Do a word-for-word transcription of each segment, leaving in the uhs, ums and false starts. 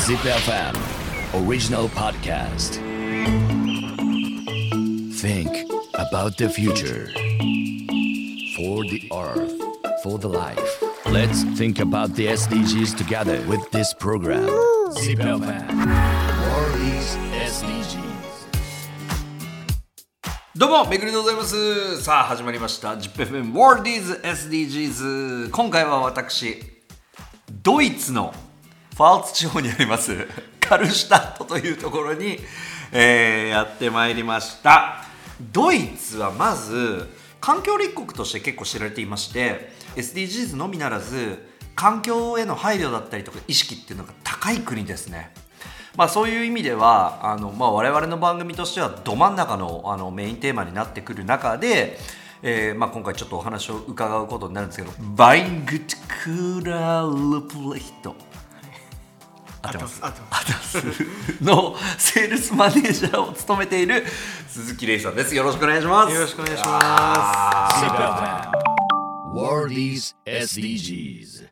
Zip エフエム Original Podcast. Think about the future. For the earth, for the life. Let's think about the エスディージーズ together with this program. Zip エフエム Worldies エスディージーズ。 どうもめぐりでございます。さあ始まりました ジップエフエム Worldies エスディージーズ。今回は私ドイツのファルツ地方にありますカルシュタットというところに、えー、やってまいりました。ドイツはまず環境立国として結構知られていまして、 エスディージーズ のみならず環境への配慮だったりとか意識っていうのが高い国ですね。まあ、そういう意味ではあの、まあ、我々の番組としてはど真ん中 の, あのメインテーマになってくる中で、えーまあ、今回ちょっとお話を伺うことになるんですけど、バイングックーラールプレヒト合ってますのセールスマネージャーを務めている鈴木玲さんです。よろしくお願いします。 よろしくお願いします。 Zip エフエム Worldies エスディージーズ。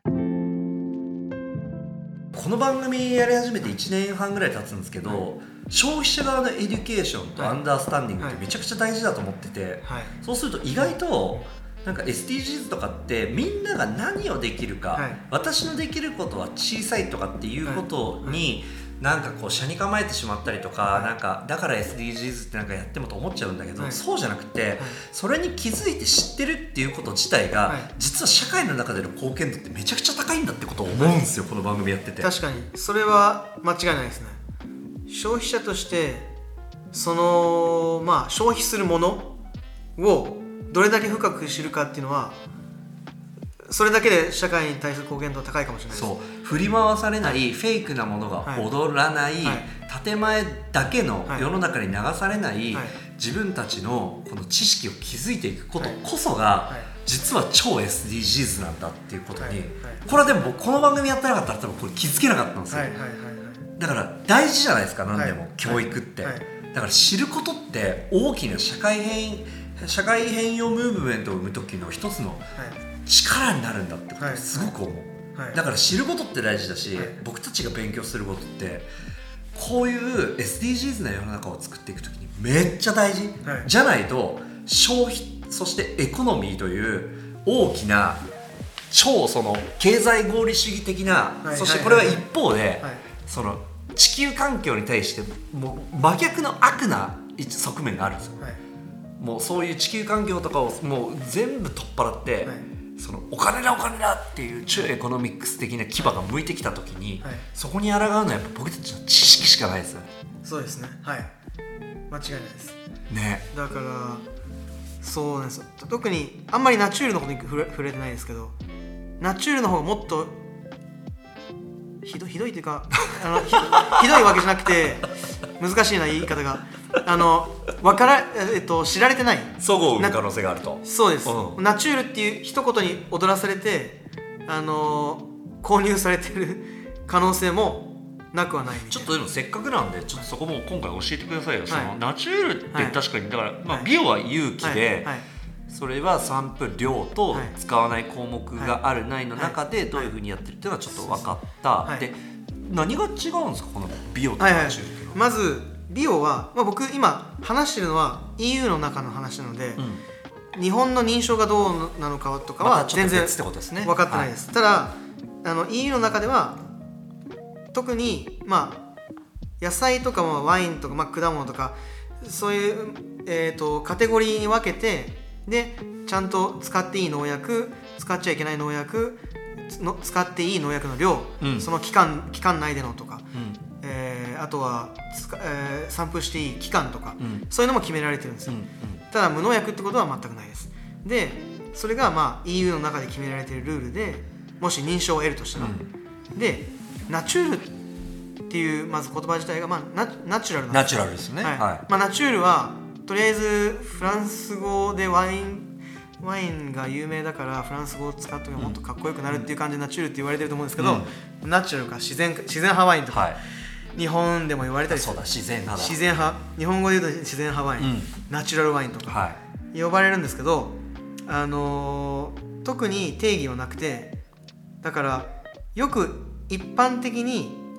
この番組やり始めていちねんはんぐらい経つんですけど、はい、消費者側のエデュケーションとアンダースタンディングってめちゃくちゃ大事だと思ってて、はい、そうすると意外となんか エスディージーズ とかってみんなが何をできるか、はい、私のできることは小さいとかっていうことになんかこう斜に構えてしまったりとか、はい、なんかだから エスディージーズ ってなんかやってもと思っちゃうんだけど、はい、そうじゃなくて、はい、それに気づいて知ってるっていうこと自体が、はい、実は社会の中での貢献度ってめちゃくちゃ高いんだってことを思うんですよ、はい、この番組やってて。 確かにそれは間違いないですね。消費者としてその、まあ、消費するものをどれだけ深く知るかっていうのはそれだけで社会に対する貢献度は高いかもしれないです。 そう振り回されない、はい、フェイクなものが踊らない、はい、建前だけの世の中に流されない、はい、自分たちのこの知識を築いていくことこそが、はいはい、実は超 エスディージーズ なんだっていうことに、はいはい、これはでも僕この番組やってなかったら多分これ気づけなかったんですよ、はいはいはいはい、だから大事じゃないですか。何でも、はい、教育って、はいはい、だから知ることって大きな社会変社会変容ムーブメントを生む時の一つの力になるんだってことをすごく思う、はいはい、だから知ることって大事だし、はい、僕たちが勉強することってこういう エスディージーズ な世の中を作っていく時にめっちゃ大事、はい、じゃないと消費そしてエコノミーという大きな超その経済合理主義的な、はい、そしてこれは一方で、はいはい、その地球環境に対してもう真逆の悪な側面があるんですよ、はい、もうそういう地球環境とかをもう全部取っ払って、はい、そのお金だお金だっていう超エコノミックス的な牙が向いてきた時に、はい、そこに抗うのはやっぱ僕たちの知識しかないですよね。 そうですね、はい、間違いないですね。 だからそうなんですよ。特にあんまりナチュールのことに触れ、触れてないですけど、ナチュールの方がもっとひどいひどいというかあの ひ, ひどいわけじゃなくて難しいな言い方があのわから、えっと、知られてない齟齬を生む可能性があると。 そうです、 うん、 ナチュールっていう一言に踊らされてあの購入されてる可能性もなくはないみたいな。 ちょっとでもせっかくなんでちょっとそこも今回教えてくださいよ、はい、そのナチュールって確かにだから、はい、まあ、美容は有機で、はいはいはい、それは散布量と使わない項目があるないの中でどういう風にやってるっていうのはちょっと分かった、はいはい、で何が違うんですかこの美容とナチュールっていうのは。 はいはい、まず美容は、まあ、僕今話してるのは イーユー の中の話なので、うん、日本の認証がどうなのかとかは全然分かってないです、またはい、ただあの イーユー の中では特に、まあ、野菜とかもワインとか、まあ、果物とかそういう、えーと、カテゴリーに分けてでちゃんと使っていい農薬使っちゃいけない農薬の使っていい農薬の量、うん、その期間、期間内でのとか、うん、えー、あとはつか、えー、散布していい期間とか、うん、そういうのも決められてるんですよ、うんうん、ただ無農薬ってことは全くないです。でそれが、まあ、イーユー の中で決められているルールでもし認証を得るとしたら、うん、でナチュールっていうまず言葉自体が、まあ、ナ, ナチュラルなんです。 ナチュラルですね、はい、はい、 まあ、ナチュールはとりあえずフランス語でワインワインが有名だからフランス語を使ってもっとかっこよくなるっていう感じでナチュールって言われてると思うんですけど、うん、ナチュラルか自然自然派ワインとか、はい、日本でも言われたりする。 そうだ自然派だ自然派日本語で言うと自然派ワイン、うん、ナチュラルワインとか呼ばれるんですけど、あのー、特に定義はなくてだからよく一般的に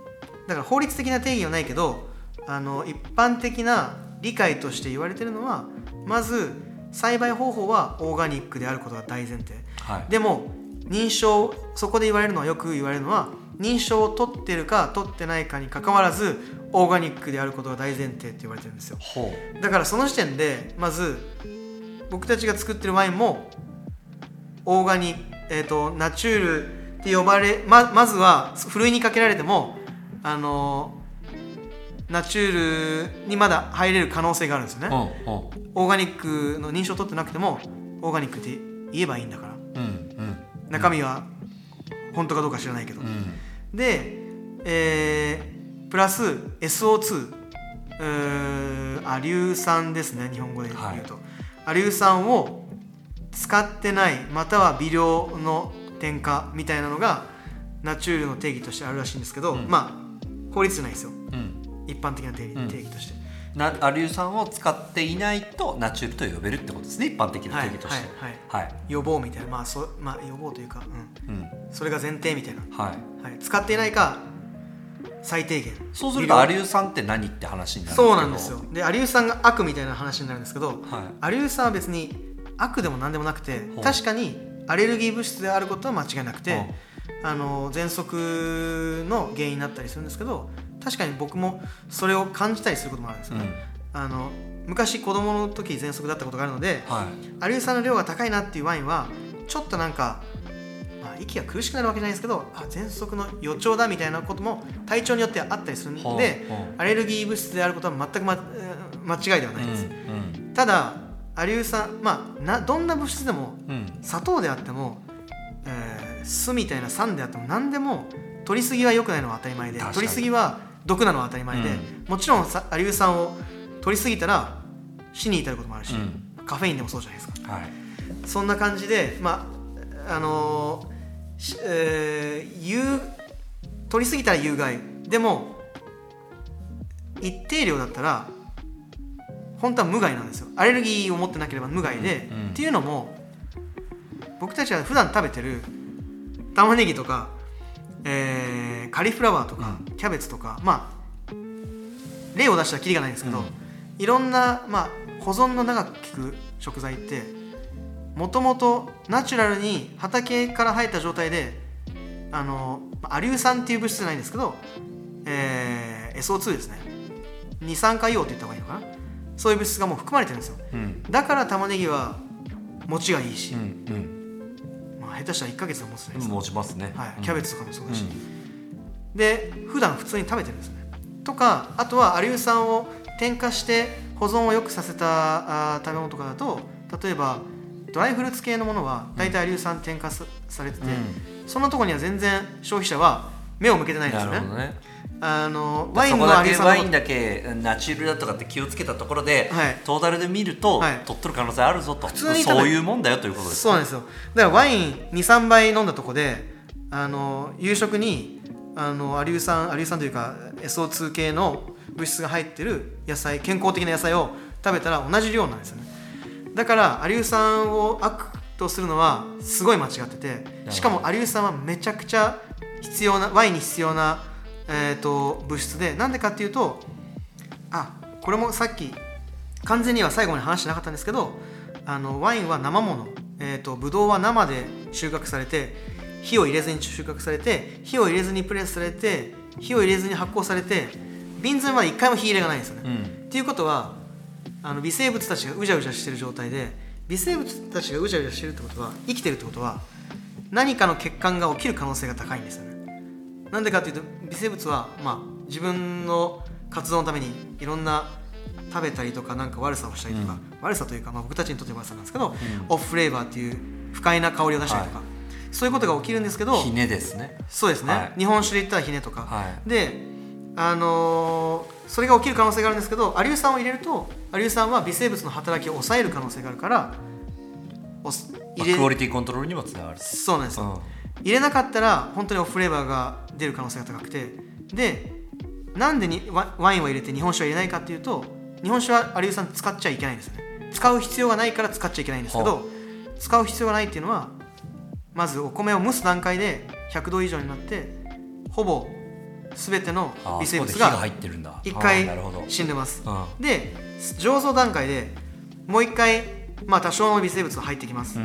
だから法律的な定義はないけど、あの一般的な理解として言われてるのは、まず栽培方法はオーガニックであることが大前提、はい、でも認証、そこで言われるのは、よく言われるのは、認証を取ってるか取ってないかにかかわらずオーガニックであることが大前提って言われてるんですよ。だからその時点でまず僕たちが作ってるワインもオーガニック、えーと、ナチュールって呼ばれ ま, まずはふるいにかけられても、あのナチュールにまだ入れる可能性があるんですよね。オーガニックの認証を取ってなくてもオーガニックって言えばいいんだから、うんうん、中身は本当かどうか知らないけど、うん、で、えー、プラス エスオーツー、アリュー酸ですね、日本語で言うと、はい、アリュー酸を使ってないまたは微量の添加みたいなのがナチュールの定義としてあるらしいんですけど、うん、まあ法律じゃないですよ、うん、一般的な定義、うん、定義としてなアリュー酸を使っていないとナチュールと呼べるってことですね、一般的な定義として、 はいはいはいはい、予防みたいな、まあそまあ、予防というか、うんうん、それが前提みたいな、はいはい、使っていないか最低限。 そうするとアリュー酸って何って話になるんですけど。そうなんですよ。でアリュー酸が悪みたいな話になるんですけど、はい、アリュー酸は別に悪でも何でもなくて、確かにアレルギー物質であることは間違いなくて、あの喘息の原因になったりするんですけど、確かに僕もそれを感じたりすることもあるんですよね、うん、あの昔子供の時喘息だったことがあるので、はい、アリュー酸の量が高いなっていうワインはちょっとなんか、まあ、息が苦しくなるわけじゃないですけど、あ喘息の予兆だみたいなことも体調によってはあったりするので、アレルギー物質であることは全く、ま、間違いではないです、うんうん、ただアリュー酸、まあ、などんな物質でも、うん、砂糖であっても、えー、酢みたいな酸であっても何でも取りすぎは良くないのは当たり前で、取りすぎは毒なのは当たり前で、うん、もちろんアリュー酸を取りすぎたら死に至ることもあるし、うん、カフェインでもそうじゃないですか、はい、そんな感じで、まああのーえー、有取りすぎたら有害でも一定量だったら本当は無害なんですよ。アレルギーを持ってなければ無害で、うんうん、っていうのも僕たちが普段食べてる玉ねぎとか、えー、カリフラワーとか、うん、キャベツとか、まあ例を出したらキリがないんですけど、うん、いろんな、まあ、保存の長く効く食材ってもともとナチュラルに畑から生えた状態で、あのアリュー酸っていう物質じゃないんですけど、えー、エスオーツー ですね、二酸化硫黄って言った方がいいのかな、そういう物質がもう含まれてるんですよ、うん、だから玉ねぎは持ちがいいし、うんうんまあ、下手したらいっかげつは持つじゃないですか。 持ちますね、 はい、キャベツとかもそうだし、うん、で普段普通に食べてるんですよね。とかあとはアリュー酸を添加して保存を良くさせたあ食べ物とかだと、例えばドライフルーツ系のものは大体アリュー酸添加 さ, されてて、うん、そのところには全然消費者は目を向けてないんですよね。なるほどね。あのワインのアリュー酸ワインだけナチュールだとかって気をつけたところで、はい、トータルで見ると、はい、取っとる可能性あるぞと、普通にそういうもんだよということです、ね、 そうなんですよ。だからワイン にさんばい飲んだところで、あの夕食にあのアリュー酸アリュー酸というか エスオーツー 系の物質が入ってる野菜、健康的な野菜を食べたら同じ量なんですよね。だからアリュー酸を悪とするのはすごい間違ってて、しかもアリュー酸はめちゃくちゃ必要な、ワインに必要な、えー、と物質で、なんでかっていうと、あこれもさっき完全には最後に話してなかったんですけど、あのワインは生もの、えー、とブドウは生で収穫されて、火を入れずに収穫されて、火を入れずにプレスされて、火を入れずに発酵されて、瓶詰めまで一回も火入れがないんですよね、うん、っていうことはあの微生物たちがうじゃうじゃしてる状態で、微生物たちがうじゃうじゃしてるってことは、生きてるってことは何かの欠陥が起きる可能性が高いんですよね。なんでかっていうと、微生物は、まあ、自分の活動のためにいろんな食べたりとかなんか悪さをしたりとか、うん、悪さというか、まあ、僕たちにとって悪さなんですけど、うん、オフフレーバーっていう不快な香りを出したりとか、はい、そういうことが起きるんですけど、 ひねですね。 そうですね、はい、日本酒で言ったらひねとか、 はい、 であのー、それが起きる可能性があるんですけど、アリュー酸を入れると、アリュー酸は微生物の働きを抑える可能性があるから、 入れクオリティコントロールにもつながる。 そうなんですよ、うん、入れなかったら本当にオフフレーバーが出る可能性が高くて、でなんでにワインを入れて日本酒を入れないかっていうと、日本酒はアリュー酸使っちゃいけないんですよね。使う必要がないから使っちゃいけないんですけど、使う必要がないっていうのは、まずお米を蒸す段階でひゃくど以上になって、ほぼ全ての微生物が一回死んでます。で醸造段階でもう一回、まあ、多少の微生物が入ってきます、うん、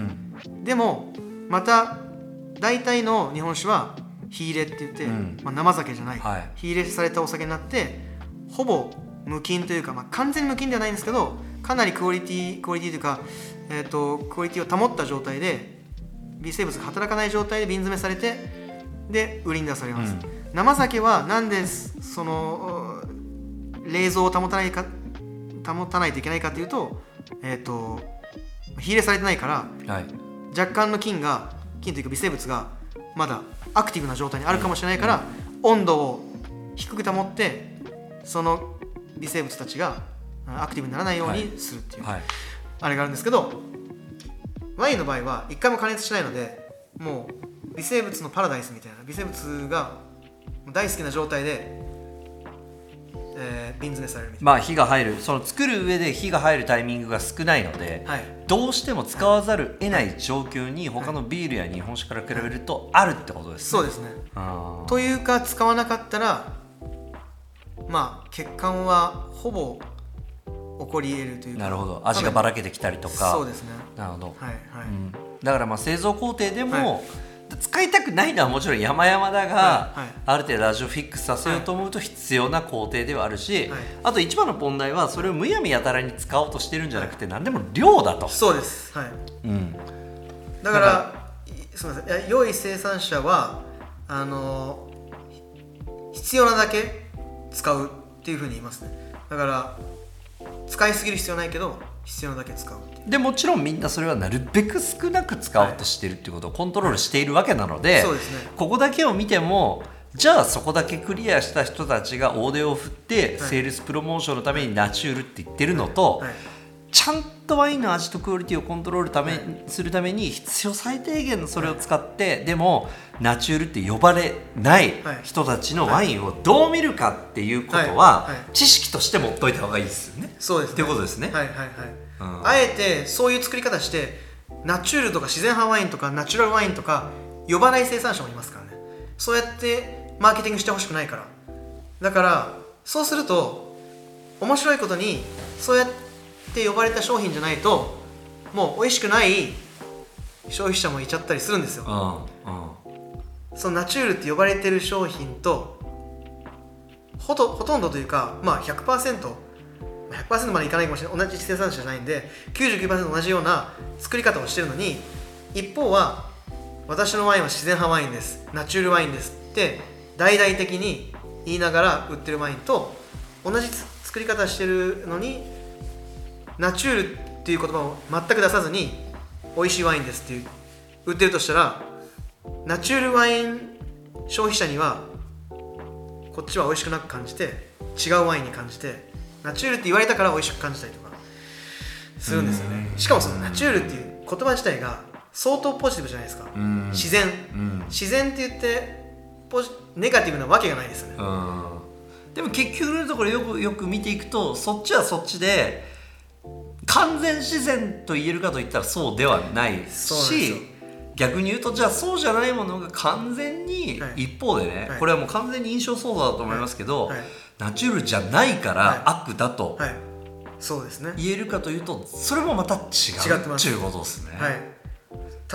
でもまた大体の日本酒は火入れって言って、うんまあ、生酒じゃない、はい、火入れされたお酒になってほぼ無菌というか、まあ、完全に無菌ではないんですけどかなりクオリティクオリティというか、えーと、クオリティを保った状態で微生物が働かない状態で瓶詰めされてで売りに出されます、うん、生酒はなんでその冷蔵を保たないか保たないといけないかというと、えーと火入れされてないから、はい、若干の菌が菌というか微生物がまだアクティブな状態にあるかもしれないから、うん、温度を低く保ってその微生物たちがアクティブにならないようにするっていう、はいはい、あれがあるんですけどワインの場合は一回も加熱しないのでもう微生物のパラダイスみたいな微生物が大好きな状態でえー、瓶詰めされるみたいな。 まあ火が入るその作る上で火が入るタイミングが少ないので、はい、どうしても使わざるを得ない状況に他のビールや日本酒から比べるとあるってことですね。 そうですね。というか使わなかったらまあ欠陥はほぼ起こり得るというか。 なるほど。味がばらけてきたりとか。 そうですね。 なるほど。 はいはい。 うん、だからまあ製造工程でも、はい使いたくないのはもちろん山々だが、はいはい、ある程度味をフィックスさせようと思うと必要な工程ではあるし、はい、あと一番の問題はそれをむやみやたらに使おうとしてるんじゃなくて、はい、何でも量だと。 そうです、はいうん、だからすみません良い生産者はあの必要なだけ使うっていうふうに言いますね。だから使いすぎる必要ないけど必要なだけ使う。 でもちろんみんなそれはなるべく少なく使おうとしてるっていうことをコントロールしているわけなので、はいそうですね、ここだけを見てもじゃあそこだけクリアした人たちが大手を振ってセールスプロモーションのためにナチュールって言ってるのと、はいはい、ちゃんとワインの味とクオリティをコントロールため、はい、するために必要最低限のそれを使って、はい、でもナチュールって呼ばれない人たちのワインをどう見るかっていうことは、はいはいはい、知識として持っといた方がいいですよね。 そうですね。 っていうことですね。 はいはいはいうん、あえてそういう作り方してナチュールとか自然派ワインとかナチュラルワインとか呼ばない生産者もいますからね。そうやってマーケティングしてほしくないから。だからそうすると面白いことにそうやって呼ばれた商品じゃないともう美味しくない消費者もいちゃったりするんですよ、うんうん、そのナチュールって呼ばれてる商品とほと、ほとんどというか、まあ、ひゃくパーセントひゃくパーセント までいかないかもしれない同じ生産者じゃないんで きゅうじゅうきゅうパーセント 同じような作り方をしてるのに一方は私のワインは自然派ワインですナチュールワインですって大々的に言いながら売ってるワインと同じ作り方してるのにナチュールっていう言葉を全く出さずに美味しいワインですっていう売ってるとしたらナチュールワイン消費者にはこっちは美味しくなく感じて違うワインに感じてナチュールって言われたから美味しく感じたりとかするんですよね。しかもそのナチュールっていう言葉自体が相当ポジティブじゃないですか。自然自然って言ってポジネガティブなわけがないですよね。 でも結局のところよくよく見ていくとそっちはそっちで完全自然と言えるかといったらそうではないし逆に言うとじゃあそうじゃないものが完全に、はい、一方でね、はい、これはもう完全に印象操作だと思いますけど、はいはいナチュールじゃないから悪だと言えるかというとそれもまた違うっていうことですね、 はい、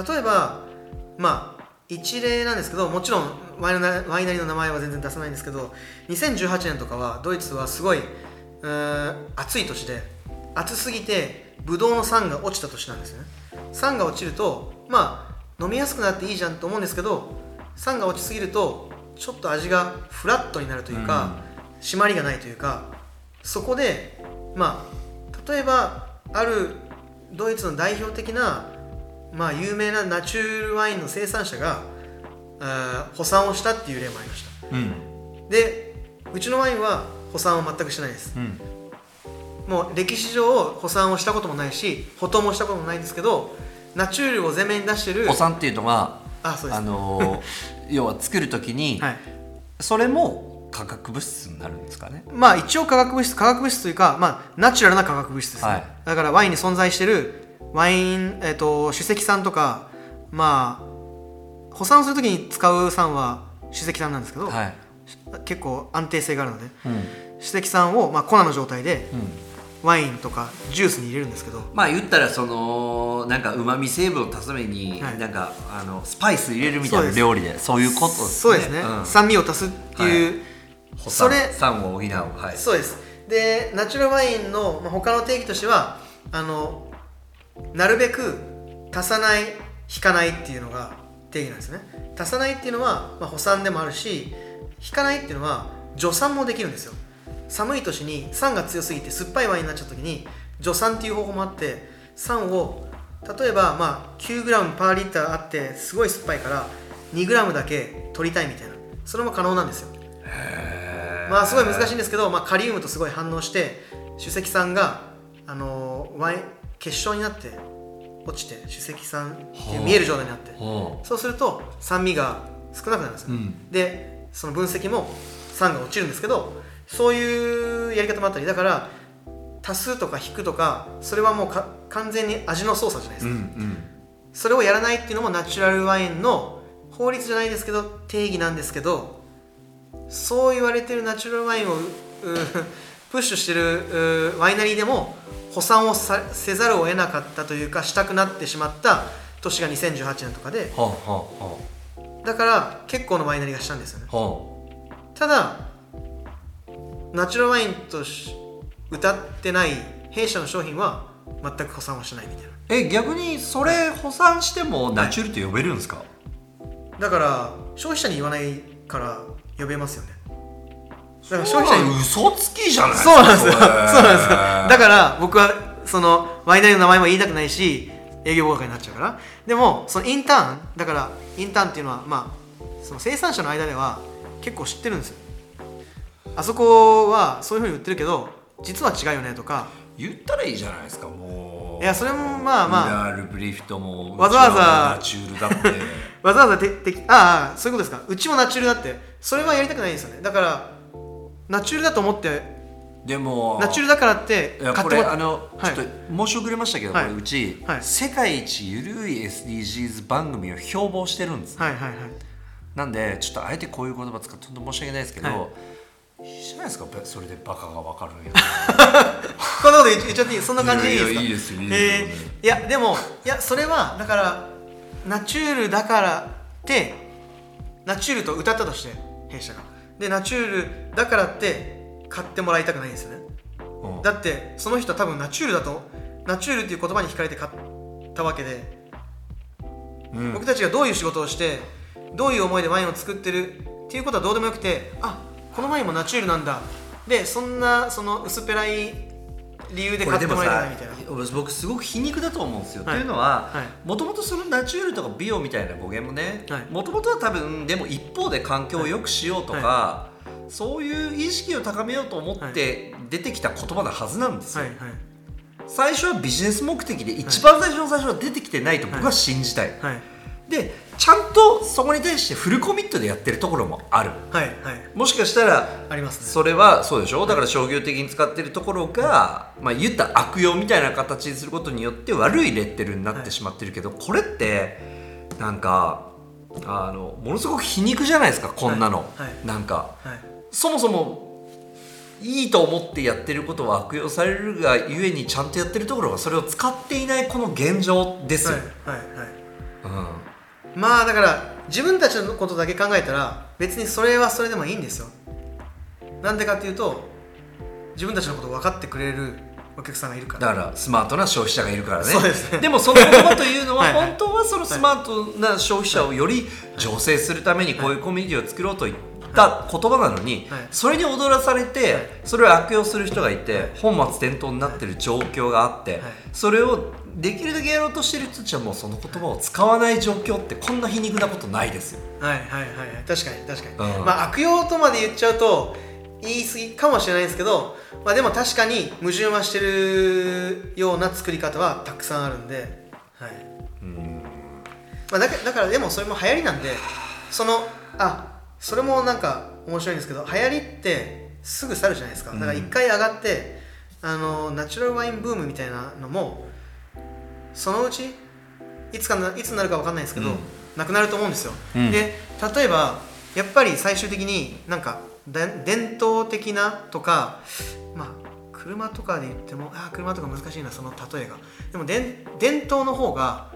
例えばまあ一例なんですけどもちろんワイナワイナリーの名前は全然出さないんですけどにせんじゅうはちねんとかはドイツはすごい暑い年で暑すぎてブドウの酸が落ちた年なんですね。酸が落ちるとまあ飲みやすくなっていいじゃんと思うんですけど酸が落ちすぎるとちょっと味がフラットになるというか、うん締まりがないというかそこでまあ例えばあるドイツの代表的なまあ有名なナチュールワインの生産者が破産をしたっていう例もありました、うん、でうちのワインは破産を全くしてないです、うん、もう歴史上破産をしたこともないし破綻もしたこともないんですけどナチュールを前面に出してる破産っていうのはあそうです、あのー、要は作るときに、はい、それも化学物質になるんですかね。 まあ一応化学物質化学物質というか、まあ、ナチュラルな化学物質ですね、はい、だからワインに存在しているワイン、えーと、酒石酸とかまあ保酸するときに使う酸は酒石酸なんですけど、はい、 結構安定性があるので、 うん、 酒石酸を、まあ、粉の状態で、うん、ワインとかジュースに入れるんですけど、 まあ言ったらそのなんかうまみ成分を足すために、はい、なんかあのスパイス入れるみたいな料理でそういうことですね。 そうですね、うん、酸味を足すっていう、はい、 それ酸を補う、はい、 そうです。でナチュラルワインの、まあ、他の定義としてはあのなるべく足さない引かないっていうのが定義なんですね。足さないっていうのは、まあ、補酸でもあるし、引かないっていうのは助酸もできるんですよ。寒い年に酸が強すぎて酸っぱいワインになっちゃった時に助酸っていう方法もあって、酸を例えばまあ きゅうグラム パーリッターあってすごい酸っぱいから にグラム だけ取りたいみたいな、それも可能なんですよ。へー、まあすごい難しいんですけど、まあ、カリウムとすごい反応して酒石酸が、あのー、ワイン結晶になって落ちて酒石酸って見える状態になって、そうすると酸味が少なくなるんですよ、うん、でその分析も酸が落ちるんですけど、そういうやり方もあったり、だから足すとか引くとかそれはもうか完全に味の操作じゃないですか、うんうん、それをやらないっていうのもナチュラルワインの法律じゃないですけど定義なんですけど、そう言われてるナチュラルワインをプッシュしてるワイナリーでも補酸をさせざるを得なかったというかしたくなってしまった年がにせんじゅうはちねんとかで、はあはあはあ、だから結構のワイナリーがしたんですよね、はあ、ただナチュラルワインと歌ってない弊社の商品は全く補酸はしないみたいな。 え、逆にそれ補酸してもナチュラルって呼べるんですか？はい、 だから消費者に言わないから呼べますよね。 だから消費者に嘘つきじゃないですか。そうなんですよ。そうなんですよ。だから僕はそのワイナリーの名前も言いたくないし営業妨害になっちゃうから。でもそのインターンだからインターンっていうのはまあその生産者の間では結構知ってるんですよ。あそこはそういう風に売ってるけど実は違うよねとか言ったらいいじゃないですか。もういやそれもまあまあミラールブリフトもわざわざナチュールだってわざわざててああそういうことですか。うちもナチュールだってそれはやりたくないんですよね。だからナチュールだと思ってでもナチュールだからって買ってもこれあの、はい、ちょっと申し遅れましたけど、はい、これうち、 はい、 世界一ゆるい エスディージーズ 番組を標榜してるんです、ね、 はいはいはい、 なんでちょっとあえてこういう言葉使って本当申し訳ないですけど、はい、いいじゃないですか。それでバカが分かるんやこんなこと言っちゃっていい？そんな感じでいいですか？ いやいやいいですよいいですよ、ね、 えー、いやでもいやそれはだからナチュールだからってナチュールと歌ったとして弊社がでナチュールだからって買ってもらいたくないんですよね、うん、だってその人は多分ナチュールだとナチュールっていう言葉に惹かれて買ったわけで、うん、僕たちがどういう仕事をしてどういう思いでワインを作ってるっていうことはどうでもよくて、あこのワインもナチュールなんだでそんなその薄っぺらい理由で買ってもらえないみたいな。 僕すごく皮肉だと思うんですよ、はい、というのはもともとそのナチュールとか美容みたいな語源もねもともとは多分でも一方で環境を良くしようとか、はい、そういう意識を高めようと思って出てきた言葉なはずなんですよ、はいはい、最初はビジネス目的で一番最初の最初は出てきてないと僕は信じたい、はいはい、でちゃんとそこに対してフルコミットでやってるところもある、 はいはい、 もしかしたらありますね。 それはそうでしょ。だから商業的に使ってるところが、まあ、言ったら悪用みたいな形にすることによって悪いレッテルになってしまってるけど、はい、これってなんかあのものすごく皮肉じゃないですかこんなの、はいはい、なんか、はい、そもそもいいと思ってやってることは悪用されるがゆえにちゃんとやってるところがそれを使っていないこの現状ですよ、はいはいはいうん、まあだから自分たちのことだけ考えたら別にそれはそれでもいいんですよ。なんでかっていうと自分たちのことを分かってくれるお客さんがいるから。 だからスマートな消費者がいるからね。 そうですね。 でもその言葉というのははい、はい、本当はそのスマートな消費者をより醸成するためにこういうコミュニティを作ろうといった言葉なのに、はい、それに踊らされて、はい、それを悪用する人がいて、はい、本末転倒になってる状況があって、はい、それをできるだけやろうとしてる人たちはもうその言葉を使わない状況ってこんな皮肉なことないですよ。 はいはいはいはい確かに確かに、うん、まあ悪用とまで言っちゃうと言い過ぎかもしれないですけど、まあ、でも確かに矛盾はしてるような作り方はたくさんあるんで、はいうんまあ、だ, だからでもそれも流行りなんでそのあそれもなんか面白いんですけど流行りってすぐ去るじゃないですか。だから一回上がって、うん、あのナチュラルワインブームみたいなのもそのうちいつかないつになるか分かんないですけど、うん、なくなると思うんですよ、うん、で例えばやっぱり最終的になんか伝統的なとか、まあ車とかで言ってもあ車とか難しいなその例えが。でも伝伝統の方が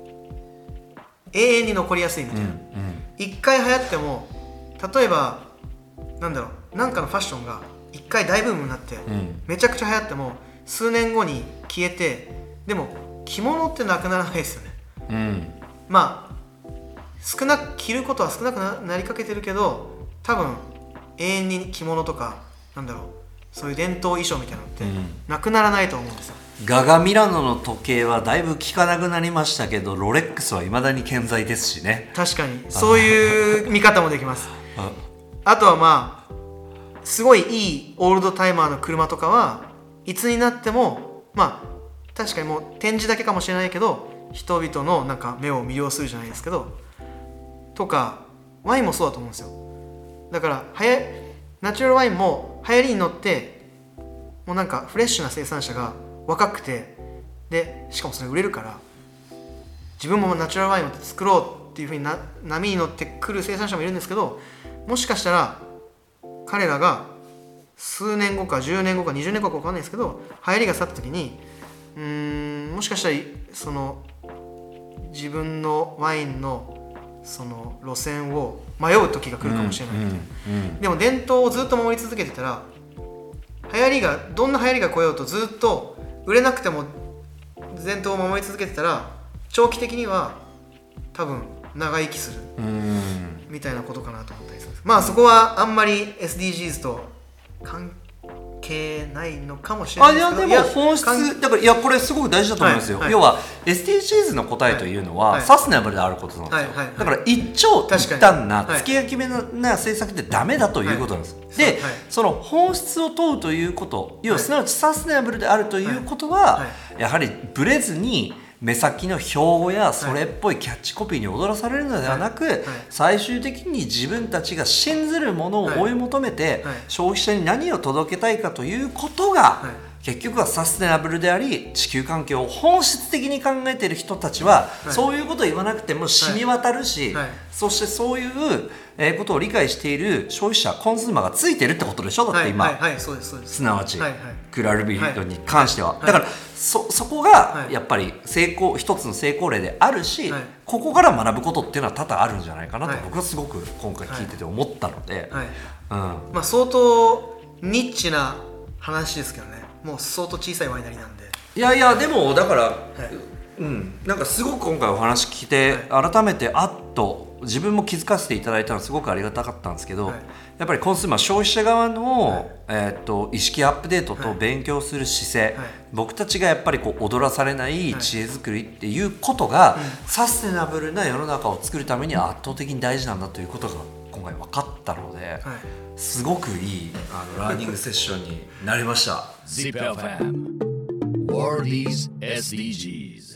永遠に残りやすいみたいな。一、うんうん、回流行っても例えばなんだろうなんかのファッションが一回大ブームになって、うん、めちゃくちゃ流行っても数年後に消えてでも着物ってなくならないですよね。うん、まあ少なく着ることは少なく な, なりかけてるけど多分永遠に着物とかなんだろうそういう伝統衣装みたいなのってなくならないと思うんですよ。 うん、ガガミラノの時計はだいぶ効かなくなりましたけどロレックスは未だに健在ですしね。 確かにそういう見方もできます。あ, あとはまあすごいいいオールドタイマーの車とかはいつになってもまあ確かにもう展示だけかもしれないけど人々のなんか目を魅了するじゃないですけどとかワインもそうだと思うんですよ。だからはやナチュラルワインも流行りに乗ってもうなんかフレッシュな生産者が若くてでしかもそれ売れるから自分もナチュラルワインを作ろうっていう風にな波に乗ってくる生産者もいるんですけどもしかしたら彼らが数年後かじゅうねんごかにじゅうねんごか分かんないですけど流行りが去った時にうーんもしかしたらその自分のワインのその路線を迷う時が来るかもしれないみたいな、うんうんうん、でも伝統をずっと守り続けてたら流行りがどんな流行りが来ようとずっと売れなくても伝統を守り続けてたら長期的には多分長生きするみたいなことかなと思ったりするんです。まあそこはあんまり エスディージーズ と関係ないのかもしれないですけど、 あいやでも本質だからいやこれすごく大事だと思いますよ、はいはい、要は エスディージーズ の答えというのは、はい、サステナブルであることなんですよ、はいはいはい、だから一長一短な付け焼き目な政策ってダメだということなんです、はい、で、はい、その本質を問うということ要はすなわちサステナブルであるということは、はいはい、やはりブレずに目先の標語やそれっぽいキャッチコピーに踊らされるのではなく、はいはい、最終的に自分たちが信ずるものを追い求めて、はいはい、消費者に何を届けたいかということが、はい、結局はサステナブルであり地球環境を本質的に考えている人たちは、はい、そういうことを言わなくても染み渡るし、はいはい、そしてそういうことを理解している消費者コンスーマーがついてるってことでしょ。だって今、はいはいはい、そうですそうですすなわち、はいはい、クラルビートに関しては、はい、だからそ, そこがやっぱり成功一つの成功例であるし、はい、ここから学ぶことっていうのは多々あるんじゃないかなと、はい、僕はすごく今回聞いてて思ったので、はいはいうんまあ、相当ニッチな話ですけどねもう相当小さいワイナリーなんでいやいやでもだから、はいうん、なんかすごく今回お話聞いて、はい、改めてあっと自分も気づかせていただいたのはすごくありがたかったんですけど、はい、やっぱりコンスーマー消費者側の、はいえー、と意識アップデートと勉強する姿勢、はい、僕たちがやっぱりこう踊らされない知恵作りっていうことが、はい、サステナブルな世の中を作るためには圧倒的に大事なんだということが今回分かったので、はい、すごくいいあのラーニングセッションになりました。 Zip エフエム World is エスディージーズ